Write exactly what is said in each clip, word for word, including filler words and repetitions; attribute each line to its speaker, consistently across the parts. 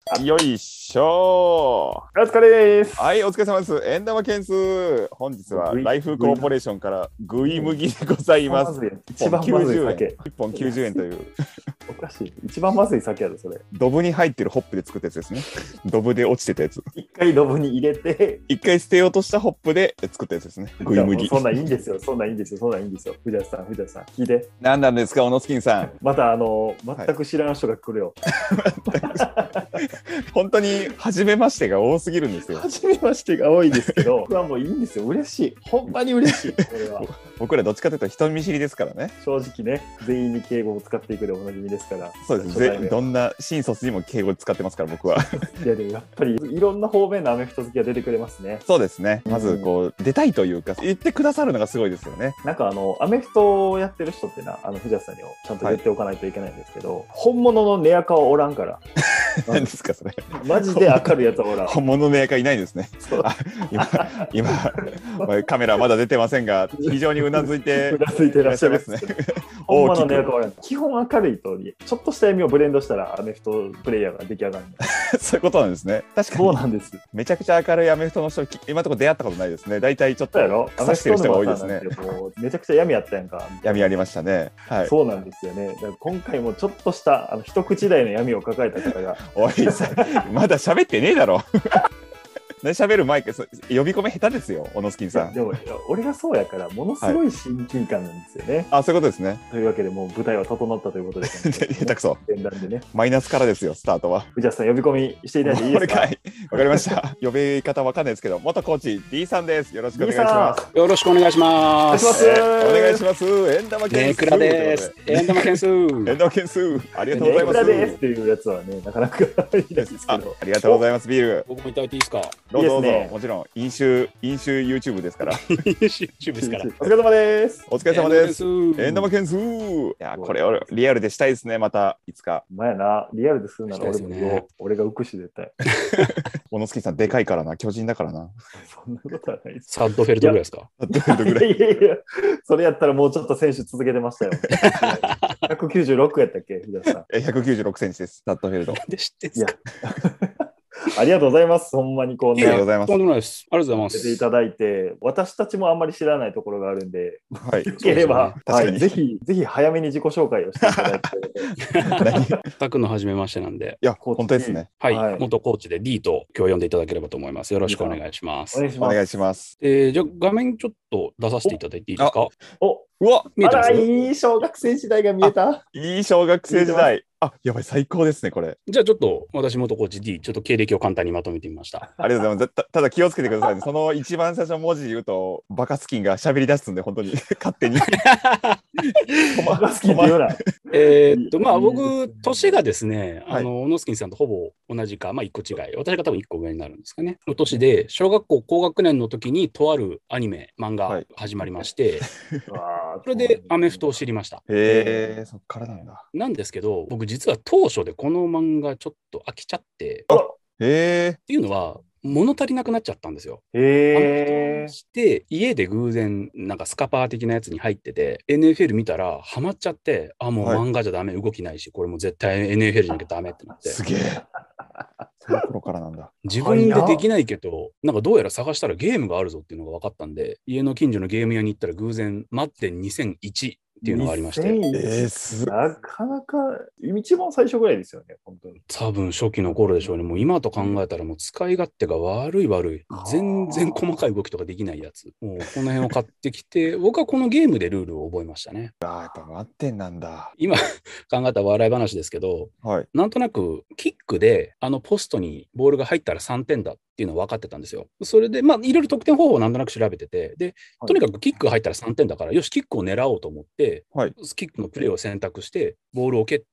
Speaker 1: よいしょ
Speaker 2: お疲れです。
Speaker 1: はい、お疲れ様です。円玉件数。本日はライフコーポレーションからグイ麦でございます。
Speaker 2: 一番まずい酒。
Speaker 1: いっぽんきゅうじゅうえんという。
Speaker 2: おかしい。一番まずい酒やろ、それ。
Speaker 1: ドブに入ってるホップで作ったやつですね。ドブで落ちてたやつ。
Speaker 2: 一回ドブに入れて、
Speaker 1: 一回捨てようとしたホップで作ったやつですね。グイ麦。
Speaker 2: そんなんいいんですよ。そんなんいいんですよ。そんなんいいんですよ。藤田さん、藤田さん、聞いて。
Speaker 1: 何なんですか、小野スキンさん。
Speaker 2: また、あの、全く知らん人が来るよ。
Speaker 1: はい、本当に初めましてが多すぎるんですよ。
Speaker 2: 初めましてが多いですけど、僕はもういいんですよ。嬉しい。ほんまに嬉しい。これは
Speaker 1: 僕らどっちかというと人見知りですからね。
Speaker 2: 正直ね、全員に敬語を使っていくでおなじみですから。
Speaker 1: そうです。どんな新卒にも敬語使ってますから、僕は。
Speaker 2: いや、でもやっぱりいろんな方面のアメフト好きが出てくれますね。
Speaker 1: そうですね。まずこう、出たいというか、言ってくださるのがすごいですよね。
Speaker 2: なんかあの、アメフトをやってる人ってな、あの、藤田さんにちゃんと言っておかないといけないんですけど、はい、本物のネアカはおらんから。
Speaker 1: 何ですかそれ。
Speaker 2: マジで明るいやつはおらん。
Speaker 1: 本物のネアカいないですね。今、今、カメラまだ出てませんが、非常にうなずいて、
Speaker 2: うなずいてらっしゃいますね。本物のネアカはおらん。基本明るいと、ちょっとした闇をブレンドしたらアメフトプレイヤーが出来上がる。
Speaker 1: そういうことなんですね。確かに。
Speaker 2: そうなんです。
Speaker 1: めちゃくちゃ明るいアメフトの人、今のところ出会ったことないですね。大体ちょっと腐してる人が多いですね。
Speaker 2: めちゃくちゃ闇やったやんか。
Speaker 1: 闇ありましたね。はい。
Speaker 2: そうなんですよね。だから今回もちょっとしたあの一口大の闇を抱えた方が。
Speaker 1: おいさ、まだ喋ってねえだろ。ね、喋る前か呼び込み下手ですよ、小野スキンさん。
Speaker 2: でも俺がそうやからものすごい親近感なんですよね。
Speaker 1: はい、あ、そういうことですね。
Speaker 2: というわけでもう舞台は整ったということで、
Speaker 1: 下手くそ。
Speaker 2: 前段でね。
Speaker 1: マイナスからですよ、スタートは。
Speaker 2: 藤田さん呼び込みしていただいていいですか。
Speaker 1: わかりました。呼び方わかんないですけど、元コーチ D さんです。よろしくお願いします。
Speaker 3: よろしくお願いします。
Speaker 1: お願いします。円玉件数。
Speaker 3: ネクラです。円玉件数。
Speaker 1: 円玉件数。ありがとうございます。
Speaker 2: ネクラですっていうやつはね、なかなかいいですけど。
Speaker 1: ありがとうございます。ビール。
Speaker 3: 僕もいただいていいですか。
Speaker 1: どうぞどうぞ。もちろん飲酒飲酒 YouTube ですから。
Speaker 3: 飲酒 YouTube ですから。
Speaker 2: お疲れ様です。
Speaker 1: お疲れ様です。円玉件数。いや、これ俺リアルでしたいですね。またいつか。
Speaker 2: まやな、リアルでするなら俺も言おう。俺が浮くし絶対。
Speaker 1: 小野スキンさんでかいからな、巨人だからな。
Speaker 2: そんなことはないです。
Speaker 3: サッドフェルトぐらいですか。
Speaker 1: サッドフェルトぐらい。
Speaker 2: いやいやいや、それやったらもうちょっと選手続けてましたよ。ひゃくきゅうじゅうろくやったっけ、藤田さん。
Speaker 1: え、ひゃくきゅうじゅうろくセンチです。サッドフェルト。
Speaker 3: で知ってんすか。
Speaker 2: ありがとうございます。ほんまにこうね。
Speaker 1: ありがとうございます。
Speaker 3: とんでもないです。ありがとうございます。
Speaker 2: 出ていただいて、私たちもあんまり知らないところがあるんで、
Speaker 1: はい。
Speaker 2: よければ、はい、ぜひ、ぜひ早めに自己紹介をしていただいて。
Speaker 3: タクの初めましてなんで。
Speaker 1: いや、本当ですね。
Speaker 3: はい。はい、元コーチで D と今日呼んでいただければと思います。よろしくお願いします。
Speaker 2: お願いします。
Speaker 1: お願いします。
Speaker 3: えー、じゃあ画面ちょっと出させていただいていいですか。
Speaker 2: お、
Speaker 1: うわ、
Speaker 2: 見えてます？いい小学生時代が見えた。
Speaker 1: いい小学生時代。あ、やばい、最高ですね、これ。
Speaker 3: じゃあちょっと、私元コーチ D、ちょっと経歴を簡単にまとめてみました。
Speaker 1: ありがとうございます。た, ただ気をつけてくださいね。その一番最初の文字言うと、バカスキンが喋り出すんで、本当に勝手に。
Speaker 2: バカスキンって言うな。
Speaker 3: えっと、まあ僕、年がですね、あの、オノスキンさんとほぼ同じか、まあいっこ違い。私が多分いっこ上になるんですかね。の年で、小学校高学年の時に、とあるアニメ、漫画始まりまして、はい、それでアメフトを知りました。
Speaker 1: へえ、そっからなんだ。
Speaker 3: なんですけど、僕実は当初でこの漫画ちょっと飽きちゃって、
Speaker 1: へ
Speaker 3: っていうのは、物足りなくなっちゃったんですよ。
Speaker 2: へー。
Speaker 3: して家で偶然なんかスカパー的なやつに入ってて エヌエフエル 見たらハマっちゃって、あ、もう漫画じゃダメ、はい、動きないしこれも絶対 エヌエフエル じゃなきゃダメってなって。
Speaker 1: すげえ。その頃からなんだ。
Speaker 3: 自分でできないけどなんかどうやら探したらゲームがあるぞっていうのが分かったんで、家の近所のゲーム屋に行ったら偶然待ってにせんいちっていうのがありまして、
Speaker 2: えー、すなかなか一番最初ぐらいですよね、本当に。
Speaker 3: 多分初期の頃でしょうね。もう今と考えたらもう使い勝手が悪い悪い、全然細かい動きとかできないやつ、もうこの辺を買ってきて僕はこのゲームでルールを覚えましたね。
Speaker 1: ああ、やっぱ待ってんなんだ。
Speaker 3: 今考えた笑い話ですけど、
Speaker 1: はい、
Speaker 3: なんとなくキックであのポストにボールが入ったらさんてんだっていうのは分かってたんですよ。それでまあいろいろ得点方法をなんとなく調べてて、でとにかくキックが入ったらさんてんだから、よしキックを狙おうと思って、はい、キックのプレーを選択してボールを蹴って、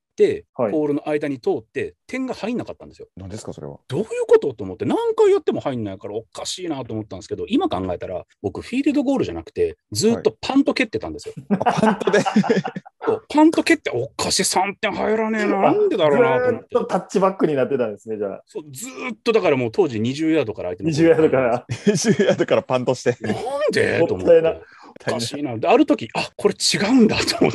Speaker 3: はい、ポールの間に通って点が入んなかったんですよ。
Speaker 1: 何ですかそれは。
Speaker 3: どういうことと思って何回やっても入んないからおかしいなと思ったんですけど、今考えたら僕フィールドゴールじゃなくてずっとパント蹴ってたんですよ。
Speaker 1: はい、パントで
Speaker 3: パント蹴っておかしいさんてん入らねえな、なんでだろうなと思って。
Speaker 2: ずっとタッチバックになってたんですね、じゃあ。
Speaker 3: そうずっとだからもう当時にじゅうヤードから相手の
Speaker 2: にじゅうヤードから
Speaker 1: にじゅうヤードからパントして
Speaker 3: なんでと思って。 おかしいな。で、ある時、あ、これ違うんだと思って、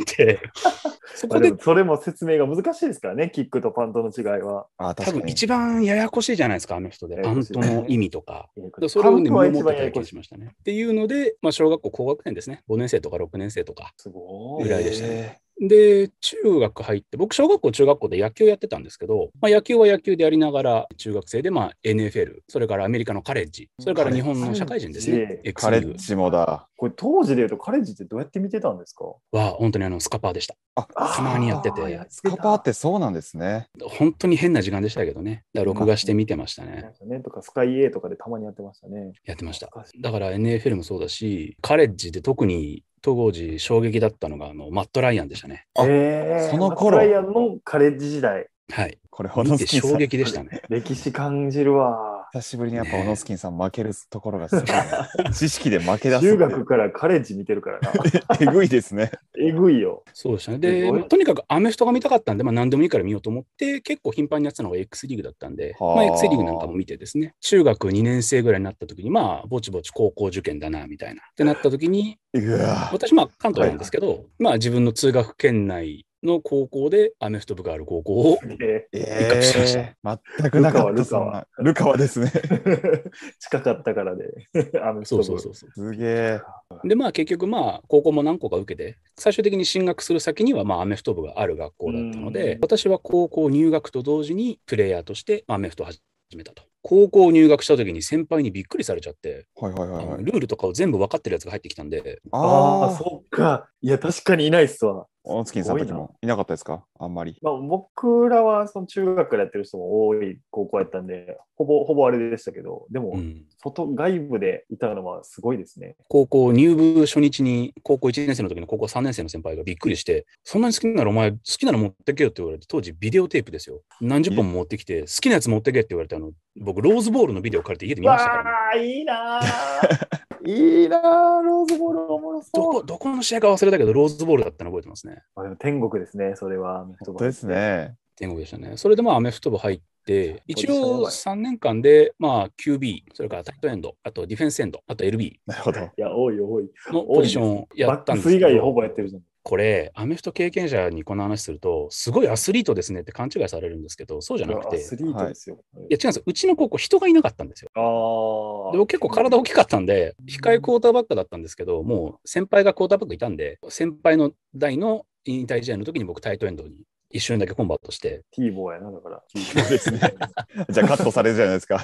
Speaker 3: そこで、
Speaker 2: でもそれも説明が難しいですからね、キックとパントの違いは。
Speaker 1: あ、
Speaker 3: 多
Speaker 1: 確かに。
Speaker 3: 分一番ややこしいじゃないですか、アメフトで。パントの意味とか。それをね、身をもって体験しましたね。っていうので、まあ、小学校高学年ですね。ごねん生とかろくねん生とかぐらいでしたね。で、中学入って、僕、小学校、中学校で野球やってたんですけど、まあ、野球は野球でやりながら、中学生で、まあ、エヌエフエル、それからアメリカのカレッジ、それから日本の社会人ですね。
Speaker 1: カレッジもだ。
Speaker 2: これ、当時で言うと、カレッジってどうやって見てたんですか？
Speaker 3: は、本当にあのスカパーでした。
Speaker 1: あ、
Speaker 3: たまにやってて。
Speaker 1: スカパーってそうなんですね。
Speaker 3: 本当に変な時間でしたけどね。だから録画して見てましたね。
Speaker 2: ねとか、スカイ A とかでたまにやってましたね。
Speaker 3: やってました。だから エヌエフエル もそうだし、カレッジで特に、当時衝撃だったのがあのマット・ライアンでしたね。
Speaker 2: えー、その頃。マット・ライアンのカレッジ時代。
Speaker 3: はい。
Speaker 1: これ、
Speaker 3: 見て衝撃でしたね。
Speaker 2: 歴史感じるわ。
Speaker 1: 久しぶりにやっぱオノスキンさん負けるところがすごい。知識で負け出す。
Speaker 2: 中学からカレッジ見てるからな。
Speaker 1: えぐいですね。
Speaker 2: えぐいよ。
Speaker 3: そうでしたね。で、とにかくアメフトが見たかったんで、まあ何でもいいから見ようと思って、結構頻繁にやってたのが X リーグだったんで、まあ X リーグなんかも見てですね、中学にねん生ぐらいになった時に、まあぼちぼち高校受験だな、みたいな。ってなった時に、私まあ関東なんですけど、はいはい、まあ自分の通学圏内の高校でアメフト部がある高校を一角しました。
Speaker 1: えー、全くなかった。ルカワ。ルカワですね。
Speaker 2: 近かったからで。
Speaker 3: アメフト部。そうそうそう。
Speaker 1: すげえ。
Speaker 3: で、まあ結局まあ高校も何校か受けて、最終的に進学する先にはまあアメフト部がある学校だったので、私は高校入学と同時にプレイヤーとしてアメフトを始めたと。高校入学した時に先輩にびっくりされちゃって、
Speaker 1: はいはいはいはい、
Speaker 3: ルールとかを全部分かってるやつが入ってきたんで。
Speaker 2: ああ、そっか。いや、確かにいないっすわ。
Speaker 1: オノスキンさんの時もいなかったですか？あんまり。
Speaker 2: まあ、僕らはその中学からやってる人も多い高校やったんで、ほぼほぼあれでしたけど、でも、うん、外外部でいたのはすごいですね。
Speaker 3: 高校入部初日に高校いちねん生の時の高校さんねん生の先輩がびっくりして、そんなに好きならお前好きなら持ってけよって言われて、当時ビデオテープですよ。何十本も持ってきて、好きなやつ持ってけって言われて、あの僕ローズボールのビデオ借りて家で見ましたから、ね。
Speaker 2: ああ、いいないいなぁ、ローズボールおもろそう。
Speaker 3: どこ、どこの試合か忘れたけど、ローズボールだったの覚えてますね。
Speaker 2: あ、でも天国ですね、それは。
Speaker 1: 本当ですね。
Speaker 3: 天国でしたね。それでまあアメフト部入って、一応さんねんかんで、まあ キュービー、それからタイトエンド、あとディフェンスエンド、あと エルビ
Speaker 1: ー。なるほど。い
Speaker 2: や、多い多い。
Speaker 3: のポジションをやったんですけど。
Speaker 2: バックス以外ほぼやってるじゃん。
Speaker 3: これ、アメフト経験者にこの話すると、すごいアスリートですねって勘違いされるんですけど、そうじゃなくて、
Speaker 2: アスリートですよ。
Speaker 3: はい、いや違うんですよ。うちの高校、人がいなかったんですよ。
Speaker 2: あ
Speaker 3: でも結構体大きかったんで、控えクォーターバックだったんですけど、もう先輩がクォーターバックいたんで、先輩の代の引退試合の時に僕、タイトエンドに一瞬だけコンバートして。
Speaker 2: ティーボーやな、だから。
Speaker 1: そうですね。じゃあカットされるじゃないですか。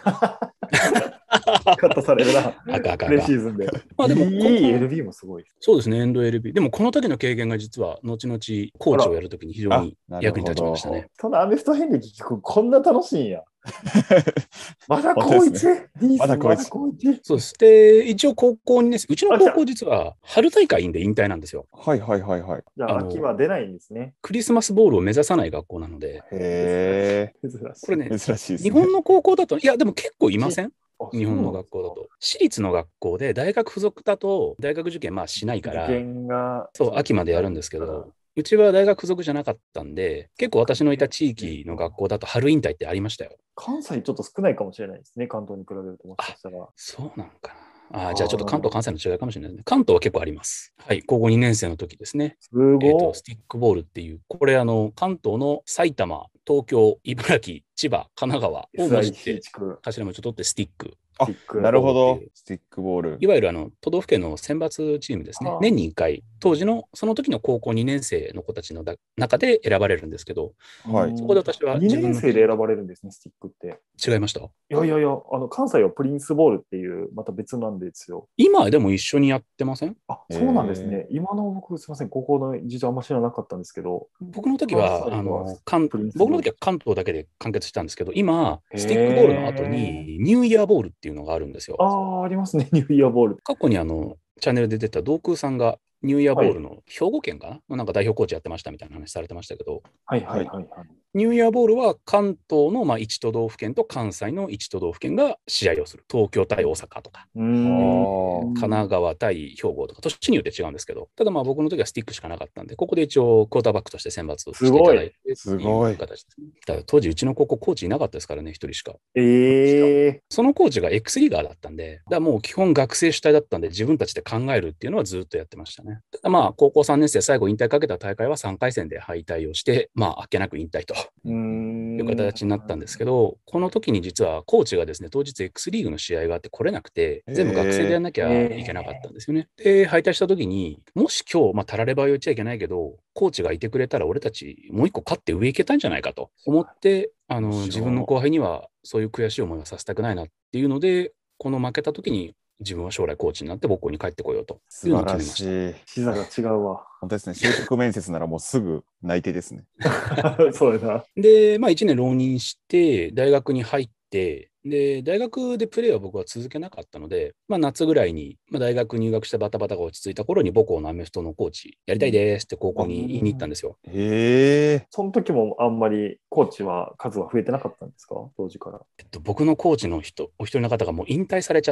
Speaker 2: カットされるな。
Speaker 3: 赤赤
Speaker 2: プレシーズンで。
Speaker 3: まあでも、
Speaker 2: いい エルビー もすごい。
Speaker 3: そうですね、エンド エルビー。でも、この時の経験が実は、後々、コーチをやるときに非常に役に立ちましたね。
Speaker 2: そのアメフト遍歴聞く、こんな楽しいんや。まだ高一、ね、
Speaker 1: まだ高一。
Speaker 3: そうです。で、一応高校にね、うちの高校実は春大会で引退なんですよ。
Speaker 1: はいはいはいはい。
Speaker 2: じゃあ、秋は出ないんですね。
Speaker 3: クリスマスボールを目指さない学校なので。
Speaker 1: へ
Speaker 3: ー。これね、
Speaker 1: 珍しいですね。
Speaker 3: 日本の高校だと、いや、でも結構いません？日本の学校だと。私立の学校で大学附属だと大学受験まあしないから、
Speaker 2: 受験が
Speaker 3: そう、秋までやるんですけど、うちは大学附属じゃなかったんで、結構私のいた地域の学校だと春引退ってありましたよ。
Speaker 2: 関西ちょっと少ないかもしれないですね、関東に比べるともしかしたら。
Speaker 3: そうなのかな。あじゃあちょっと関東、関西の違いかもしれないですね。関東は結構あります。はい、高校にねん生の時ですね。
Speaker 2: すごい。
Speaker 3: えーと、スティックボールっていう、これあの、関東の埼玉、東京、茨城、千葉、神奈川を混じって、頭文字を取ってスティック。
Speaker 1: あ、なるほど。スティックボール。
Speaker 3: いわゆるあの都道府県の選抜チームですね。年にいっかい、当時の、その時の高校にねん生の子たちの中で選ばれるんですけど、はい、そこで私は
Speaker 2: にねん生で選ばれるんですね、スティックって。
Speaker 3: 違いました？い
Speaker 2: やいやいや、あの関西はプリンスボールっていう、また別なんですよ。
Speaker 3: 今でも一緒にやってません？
Speaker 2: あ、そうなんですね。今の僕、すみません、高校の事情あんま知らなかったんですけど。
Speaker 3: 僕の時は、あの関僕の時は関東だけで完結したんですけど、今、スティックボールの後にニューイヤーボールっていうのがあるんですよ。
Speaker 2: ああ、ありますね、ニューイヤーボール。
Speaker 3: 過去にあの、チャンネルで出た同空さんが、ニューイヤーボールの兵庫県かな、はい、なんか代表コーチやってましたみたいな話されてましたけど、
Speaker 2: はいはいはい、はい。
Speaker 3: ニューイヤーボールは関東のまあいち都道府県と関西のいち都道府県が試合をする。東京対大阪とか、
Speaker 2: うーん
Speaker 3: 神奈川対兵庫とか、年によって違うんですけど、ただまあ僕の時はスティックしかなかったんで、ここで一応クォーターバックとして選抜していただいて、
Speaker 1: すごい
Speaker 3: 形ですね。だから当時うちの高校コーチいなかったですからね、一人しか。
Speaker 2: ええ
Speaker 3: そのコーチが X リーガーだったんで、だからもう基本学生主体だったんで、自分たちで考えるっていうのはずっとやってましたね。ただまあ、高校さんねん生最後引退かけた大会はさんかい戦で敗退をして、まあ、あっけなく引退と
Speaker 2: うーん
Speaker 3: いう形になったんですけど、この時に実はコーチがですね、当日 X リーグの試合があって来れなくて、全部学生でやんなきゃいけなかったんですよね。で、敗退した時に、もし今日、まあ、たらればを言っちゃいけないけど、コーチがいてくれたら俺たちもう一個勝って上行けたんじゃないかと思って、あの、自分の後輩にはそういう悔しい思いはさせたくないなっていうので、この負けた時に自分は将来コーチになって母校に帰ってこようというのを決めました。
Speaker 2: 視座が違うわ。
Speaker 1: 本当ですね。就職面接ならもうすぐ内定ですね。
Speaker 2: そうやな。
Speaker 3: で、まあいちねん浪人して、大学に入って、で、大学でプレーは僕は続けなかったので、まあ夏ぐらいに、まあ、大学入学してバタバタが落ち着いた頃に母校のアメフトのコーチやりたいですって高校に言いに行ったんですよ。
Speaker 1: へえ。
Speaker 2: その時もあんまりコーチは数は増えてなかったんですか、当時から。
Speaker 3: えっと、僕のコーチの人、お一人の方がもう引退されちゃって、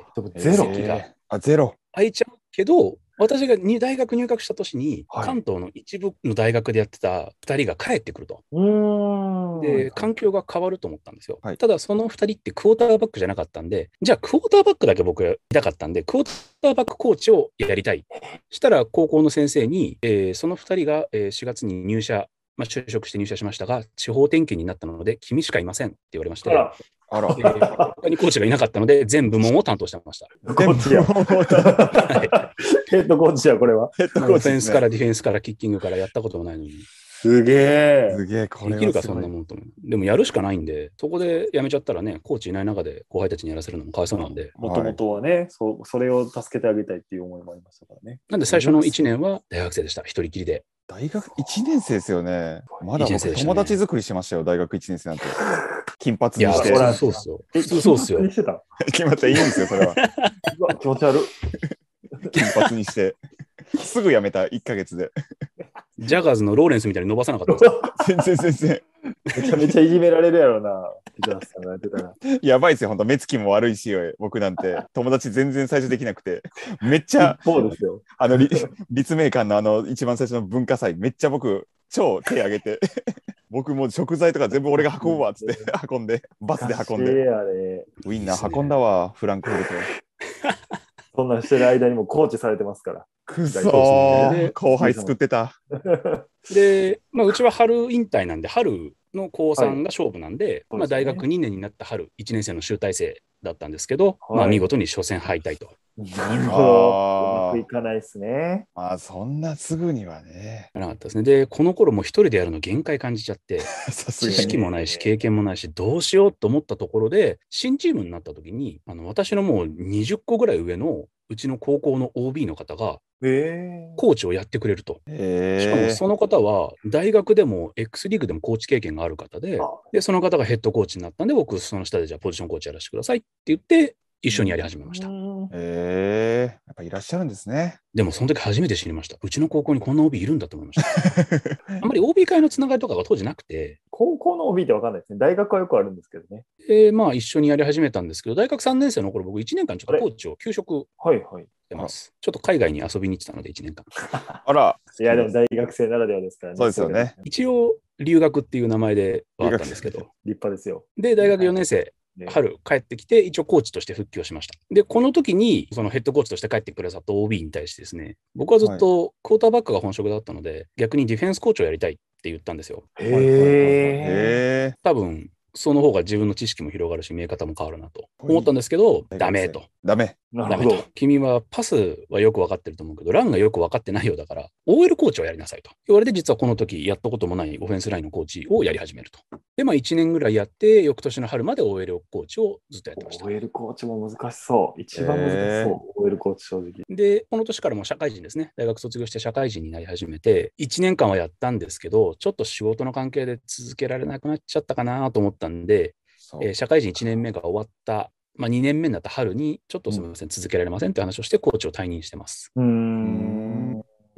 Speaker 2: ゼロ
Speaker 3: 席が
Speaker 1: あ、ゼロ。
Speaker 3: 空いちゃうけど、私がに大学入学した年に、
Speaker 2: はい
Speaker 3: 関東の一部の大学でやってたふたりが帰ってくると。
Speaker 2: うーん
Speaker 3: で、環境が変わると思ったんですよ。
Speaker 1: はい
Speaker 3: ただ、そのふたりってクォーターバックじゃなかったんで、じゃあ、クォーターバックだけ僕やりたかったんで、クォーターバックコーチをやりたい。したら、高校の先生に、えーそのふたりがえーしがつに入社、まあ、就職して入社しましたが、地方転勤になったので、君しかいませんって言われまして、
Speaker 2: あら、
Speaker 1: あら。
Speaker 3: えー他にコーチがいなかったので、全部門を担当してました。
Speaker 2: コーチや。
Speaker 3: は
Speaker 2: ヘッドコーチや、これは。
Speaker 1: ヘッド
Speaker 3: い、
Speaker 1: コーチですね
Speaker 3: オフェンスからディフェンスからキッキングからやったこともないのに。
Speaker 2: すげえ。
Speaker 1: すげえ、これは
Speaker 3: できるか、
Speaker 1: すごい
Speaker 3: そんなもんと思う。でもやるしかないんで、そこでやめちゃったらね、コーチいない中で後輩たちにやらせるのもかわいそうなんで、
Speaker 2: もともとはね、そ、それを助けてあげたいっていう思いもありましたからね。
Speaker 3: なんで最初のいちねんは大学生でした、一人きりで。
Speaker 1: 大学いちねん生ですよね。まだ僕
Speaker 3: 一年生でしたね
Speaker 1: 友達作りしましたよ、大学いちねん生なんて。金髪
Speaker 3: いや、
Speaker 1: にして。
Speaker 2: ほら
Speaker 3: そうっすよ。
Speaker 2: え
Speaker 3: 普通そうっすよ
Speaker 2: 金髪に。してた
Speaker 1: 決まったらいいんですよ、それは。
Speaker 2: うわ気持ち悪い。
Speaker 1: 金髪にして。すぐ辞めた、いっかげつで。
Speaker 3: ジャガーズのローレンスみたいに伸ばさなかったんですか？
Speaker 1: 全然全然。
Speaker 2: めちゃめちゃいじめられるやろな。ピザさんがやってたら。
Speaker 1: やばいですよ、本当目つきも悪いし、僕なんて。友達全然最初できなくて。めっちゃ、
Speaker 2: 一方ですよ。
Speaker 1: あの、り立命館のあの、一番最初の文化祭、めっちゃ僕、超手挙げて。僕もう食材とか全部俺が運ぶわっつって運んで、バスで運んで。
Speaker 2: で。あれ。
Speaker 1: ウインナー運んだわ、フランクフルト。
Speaker 2: そんなんしてる間にもコーチされてますから。
Speaker 1: くそ
Speaker 3: そう
Speaker 1: ー、
Speaker 3: ですねで
Speaker 1: 後輩作ってた。
Speaker 3: で、まあ、うちは春引退なんで、春の高さんが勝負なんで、
Speaker 2: そうですね
Speaker 3: まあ、大学にねんになった春、いちねん生の集大成だったんですけど、
Speaker 2: はい
Speaker 3: まあ、見事に初戦敗退と。
Speaker 2: なるほど。うまくいかないですね。
Speaker 1: まあ、そんなすぐにはね。
Speaker 3: なかったですね。で、この頃もう一人でやるの限界感じちゃって、
Speaker 1: さすが
Speaker 3: 知識
Speaker 1: に。
Speaker 3: もないし、経験もないし、どうしようと思ったところで、新チームになった時に、あの私のもうにじゅっこぐらい上のうちの高校の オービー の方が、
Speaker 2: ええ。
Speaker 3: コーチをやってくれると。
Speaker 1: え
Speaker 3: しかもその方は、大学でも X リーグでもコーチ経験がある方で、で、その方がヘッドコーチになったんで、僕、その下でじゃあポジションコーチやらせてくださいって言って、一緒にやり始めました。
Speaker 1: えー、やっぱいらっしゃるんですね。
Speaker 3: でも、その時初めて知りました。うちの高校にこんな オービー いるんだと思いました。あんまり オービー 会のつながりとかが当時なくて、
Speaker 2: 高校の オービー ってわかんないですね。大学はよくあるんですけどね。
Speaker 3: で、まあ、一緒にやり始めたんですけど、大学さんねん生の頃、僕いちねんかんちょっとコーチを休職
Speaker 2: はいはい。
Speaker 3: してます。ちょっと海外に遊びに行ってたので、いちねんかん。
Speaker 1: あら、
Speaker 2: いや、でも大学生ならではですからね。
Speaker 1: そうですよね。
Speaker 3: 一応、留学っていう名前ではあったんですけど、
Speaker 2: 立派ですよ。
Speaker 3: で、大学よねん生、
Speaker 2: ね
Speaker 3: 春帰ってきて、一応コーチとして復帰をしました。で、この時に、そのヘッドコーチとして帰ってくださった オービー に対してですね、僕はずっとクォーターバックが本職だったので、逆にディフェンスコーチをやりたいって言ったんですよ。
Speaker 2: へえ。
Speaker 1: え
Speaker 3: 多分、その方が自分の知識も広がるし、見え方も変わるなと思ったんですけど、
Speaker 1: ー、
Speaker 3: ダメと。
Speaker 1: ダメ。
Speaker 3: ダメと
Speaker 2: なるほど。。
Speaker 3: 君はパスはよく分かってると思うけど、ランがよく分かってないようだから、オーエル コーチをやりなさいと言われて、実はこの時やったこともないオフェンスラインのコーチをやり始めると。で、まあいちねんぐらいやって、翌年の春まで オーエル コーチをずっとやってました。
Speaker 2: オーエル コーチも難しそう。一番難しそう。オーエル コーチ正直。
Speaker 3: で、この年からもう社会人ですね。大学卒業して社会人になり始めて、いちねんかんはやったんですけど、ちょっと仕事の関係で続けられなくなっちゃったかなと思ったんで、えー社会人いちねんめが終わった、まあ、にねんめになった春に、ちょっとすみません、うん、続けられませんって話をして、コーチを退任してます。
Speaker 2: うーん。
Speaker 3: で、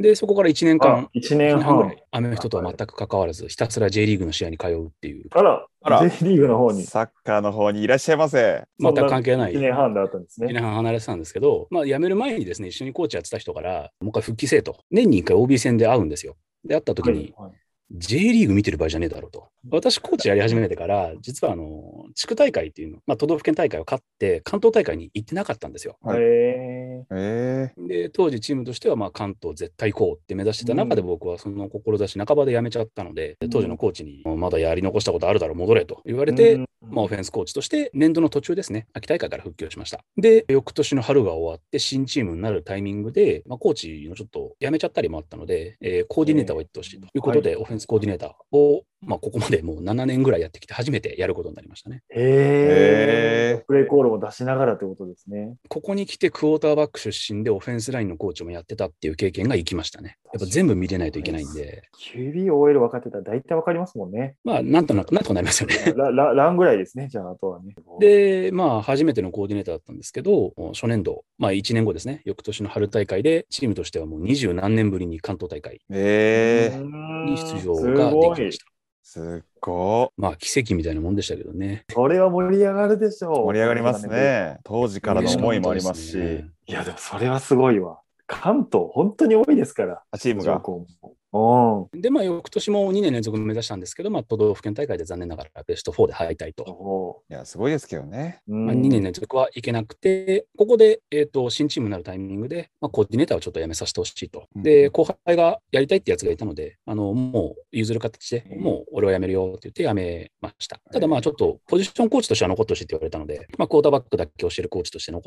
Speaker 3: で、そこからいちねんかん、
Speaker 2: いちねんはん
Speaker 3: ぐらい、アメフトとは全く関わらず、ひたすら J リーグの試合に通うっていう。
Speaker 2: あら、
Speaker 1: あら
Speaker 2: J リーグの方に。
Speaker 1: サッカーの方にいらっしゃいませ。
Speaker 3: 全く関係ない。
Speaker 2: いちねんはんだったんですね。
Speaker 3: いちねんはん離れてたんですけど、まあ、辞める前にですね、一緒にコーチやってた人から、もう一回復帰せえと。年にいっかい オービー 戦で会うんですよ。で、会った時に、はいはい、J リーグ見てる場合じゃねえだろうと。私、コーチやり始めてから、実はあの地区大会っていうの、まあ、都道府県大会を勝って、関東大会に行ってなかったんですよ。
Speaker 2: はい、へ
Speaker 3: ーで、当時、チームとしてはまあ関東絶対行こうって目指してた中で、僕はその志半ばで辞めちゃったので、うん、当時のコーチに、まだやり残したことあるだろう、戻れと言われて、うん、まあ、オフェンスコーチとして、年度の途中ですね、秋大会から復帰をしました。で、翌年の春が終わって、新チームになるタイミングで、まあ、コーチのちょっと辞めちゃったりもあったので、えー、コーディネーターをやってほしいということで、はい、オフェンスコーディネーターをまあ、ここまでもうななねんぐらいやってきて初めてやることになりましたね。
Speaker 2: へー。プレイコールも出しながらということですね。
Speaker 3: ここに来てクォーターバック出身でオフェンスラインのコーチもやってたっていう経験が生きましたね。やっぱ全部見れないといけないんで。
Speaker 2: キュービーオーエル 分かってたら大体分かりますもんね。
Speaker 3: まあ、なんとなく、なんとかなりますよね。
Speaker 2: ラ, ラ, ランぐらいですね、じゃあ、あとはね。
Speaker 3: で、まあ、初めてのコーディネーターだったんですけど、初年度、まあ、いちねんごですね、翌年の春大会で、チームとしてはもう二十何年ぶりに関東大会に出場ができました。
Speaker 1: すっご
Speaker 3: い。まあ、奇跡みたいなもんでしたけどね。
Speaker 2: それは盛り上がるでしょう。
Speaker 1: 盛り上がりますね。当時からの思いもありますし。ね、
Speaker 2: いや、でもそれはすごいわ。関東、本当に多いですから。
Speaker 1: チームが。
Speaker 3: で、まあ、翌年もにねん連続目指したんですけど、まあ、都道府県大会で残念ながらベストフォーで敗退と。
Speaker 1: いや、すごいですけどね。
Speaker 3: まあ、にねん連続はいけなくて、ここで、えーと、新チームになるタイミングで、まあ、コーディネーターをちょっと辞めさせてほしいと。うん、で、後輩がやりたいってやつがいたので、あのもう譲る形で、もう俺は辞めるよって言って辞めました。ただ、まあ、ちょっとポジションコーチとしては残ってほしいって言われたので、まあ、クォーターバックだけ教えるコーチとして残って、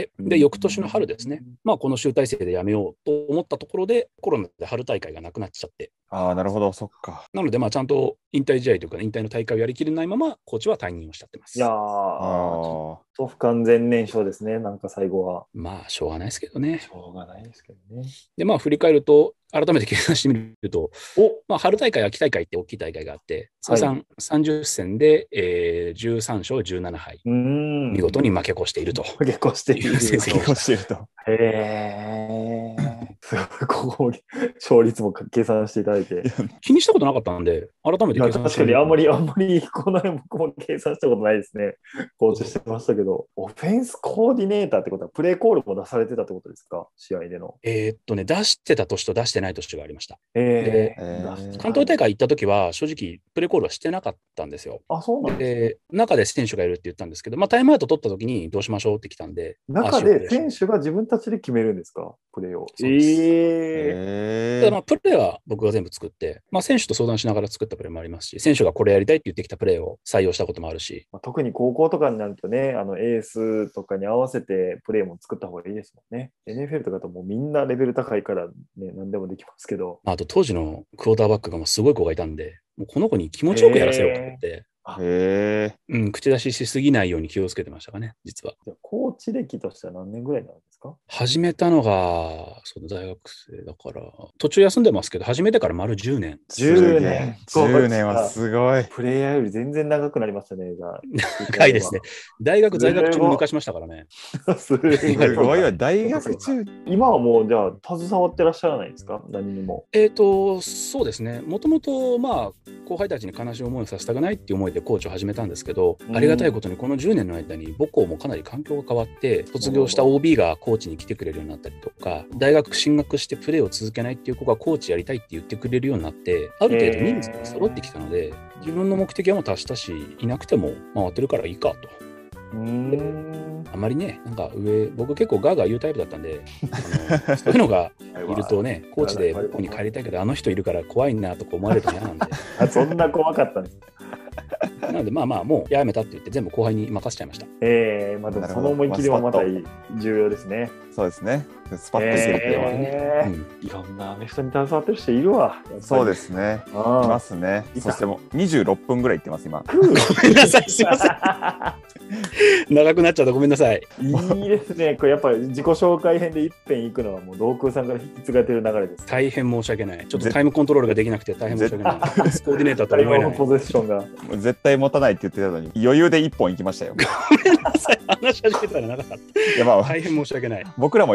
Speaker 3: で、翌年の春ですね、まあ、この集大成で辞めようと思ったところで、コロナで春大会がなくなっちゃって。
Speaker 1: ああ、なるほど、そっか。
Speaker 3: なので、まあ、ちゃんと引退試合というか、引退の大会をやりきれないまま、コーチは退任をしちゃってます。
Speaker 2: いやー、ちょっと不完全燃焼ですね、なんか最後は。
Speaker 3: まあ、しょうがないですけどね。
Speaker 2: しょうがないですけどね。
Speaker 3: で、まあ、振り返ると、改めて計算してみると、まあ、春大会、秋大会って大きい大会があって、通算さんじゅっ戦で、えー、じゅうさん勝じゅうなな敗、見事に負け越していると。
Speaker 2: 負け越している。
Speaker 3: 成績
Speaker 1: をしていると。
Speaker 2: へー。すごい、ここ、勝率も計算していただいて。
Speaker 3: 気にしたことなかったんで、改めて計算して
Speaker 2: 確かに、あんまり、あんまり、この辺僕も計算したことないですね。コーチしてましたけど、オフェンスコーディネーターってことは、プレーコールも出されてたってことですか、試合での。
Speaker 3: えー、っとね、出してた年と出してない年がありました。
Speaker 2: え
Speaker 3: ー、関東大会行った時は、正直、プレーコールはしてなかったんですよ。
Speaker 2: あ、そうなんです
Speaker 3: ね。で、中で選手がいるって言ったんですけど、まあ、タイムアウト取った時にどうしましょうって来たんで。
Speaker 2: 中で選手が自分たちで決めるんですか、プレーを。
Speaker 3: そうです。えー、ただまあプレーは僕が全部作って、まあ、選手と相談しながら作ったプレーもありますし、選手がこれやりたいって言ってきたプレーを採用したこともあるし。
Speaker 2: まあ、特に高校とかになるとね、あのエースとかに合わせてプレーも作った方がいいですもんね。エヌエフエル とかともうみんなレベル高いから、ね、何でもできますけど。
Speaker 3: あと当時のクォーターバックがもうすごい子がいたんで、もうこの子に気持ちよくやらせようと思って。
Speaker 1: へ
Speaker 3: うん、口出ししすぎないように気をつけてましたかね、実は。
Speaker 2: じゃあコーチ歴としては何年ぐらいなんですか？
Speaker 3: 始めたのが、その大学生だから、途中休んでますけど、始めてから丸じゅうねん。
Speaker 2: じゅうねん。
Speaker 1: じゅうねんはすごい。
Speaker 2: プレイヤーより全然長くなりましたね、じゃあ。
Speaker 3: 長いですね。大学在学中に抜かしましたからね。
Speaker 1: すごいわ、大学中。
Speaker 2: 今はもう、じゃあ、携わってらっしゃらないですか？何にも。
Speaker 3: えっと、そうですね。もともと、まあ、後輩たちに悲しい思いをさせたくないっていう思いでコーチを始めたんですけど、うん、ありがたいことにこのじゅうねんの間に母校もかなり環境が変わって卒業した オービー がコーチに来てくれるようになったりとか、大学進学してプレーを続けないっていう子がコーチやりたいって言ってくれるようになって、ある程度人数が揃ってきたので、自分の目的はもう達したし、いなくても回ってるからいいかと。
Speaker 2: うーん、
Speaker 3: あまりね、なんか上、僕結構ガーガー言うタイプだったんで、あのそういうのがいるとね、コーチでここに帰りたいけど、あの人いるから怖いなとか思われると嫌なんで。
Speaker 2: あ、そんな怖かったんです。
Speaker 3: なので、まあまあ、もうやめたって言って、全部後輩に任せちゃいました。
Speaker 2: ええー、まあでもその思い切りもまた重要ですね。
Speaker 1: そうですね。スパッとするっていうのはね、
Speaker 2: えーうん。いろんなアメフトに携わってる人いるわ。
Speaker 1: そうですね。いますね。そしてもにじゅうろっぷんぐらいいってます、今。
Speaker 3: ごめんなさい、すいません。長くなっちゃった、ごめんなさい。
Speaker 2: いいですね。これやっぱり自己紹介編で一遍行くのはもう同空さんから引き継がれてる流れです。
Speaker 3: 大変申し訳ない。ちょっとタイムコントロールができなくて大変申し訳ない。コーディネーターとは思えない。
Speaker 2: ポゼッションが。
Speaker 1: 絶対持たないって言ってたのに、余裕で一本行きましたよ。
Speaker 3: ごめんなさい。話し始めたら長かった。いや、まあ、大変申し訳ない。
Speaker 1: 僕らも良くない。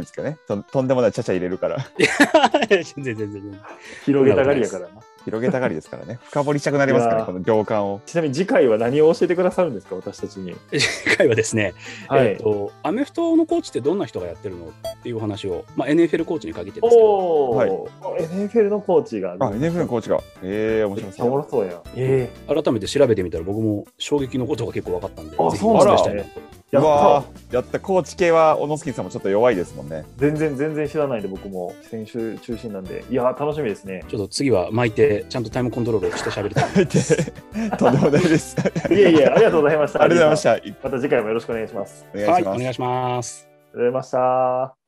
Speaker 1: ですけどね。と, とんでもないちゃちゃ入れるから。
Speaker 3: 全然全然。
Speaker 2: 広げたがりやからな。
Speaker 1: 広げたがりですからね。深掘りしたくなりますからね、この行間を。
Speaker 2: ちなみに次回は何を教えてくださるんですか、私たちに。
Speaker 3: 次回はですね、はい、えーと、アメフトのコーチってどんな人がやってるのっていうお話を、まあ、エヌエフエル コーチに限ってですけど。
Speaker 2: おー、はい、エヌエフエル のコーチが。
Speaker 1: あ、エヌエフエル のコーチが。えー、面白そう。
Speaker 2: おもろそうや。え
Speaker 3: ー、改めて調べてみたら僕も衝撃のことが結構分かったんで、
Speaker 2: あ、そうなんですね。
Speaker 1: やったやったコーチ系は小野助さんもちょっと弱いですもんね。
Speaker 2: 全然全然知らないで僕も選手中心なんで、いや楽しみですね。
Speaker 3: ちょっと次は巻いてちゃんとタイムコントロールして喋りたい。
Speaker 1: とんでもないです。
Speaker 2: いえいえ、ありがとうございました。
Speaker 1: ありがとうございました。
Speaker 2: また次回もよろしくお願いします。
Speaker 1: お願いします。
Speaker 3: はい、お願いします。
Speaker 2: ありがとうございました。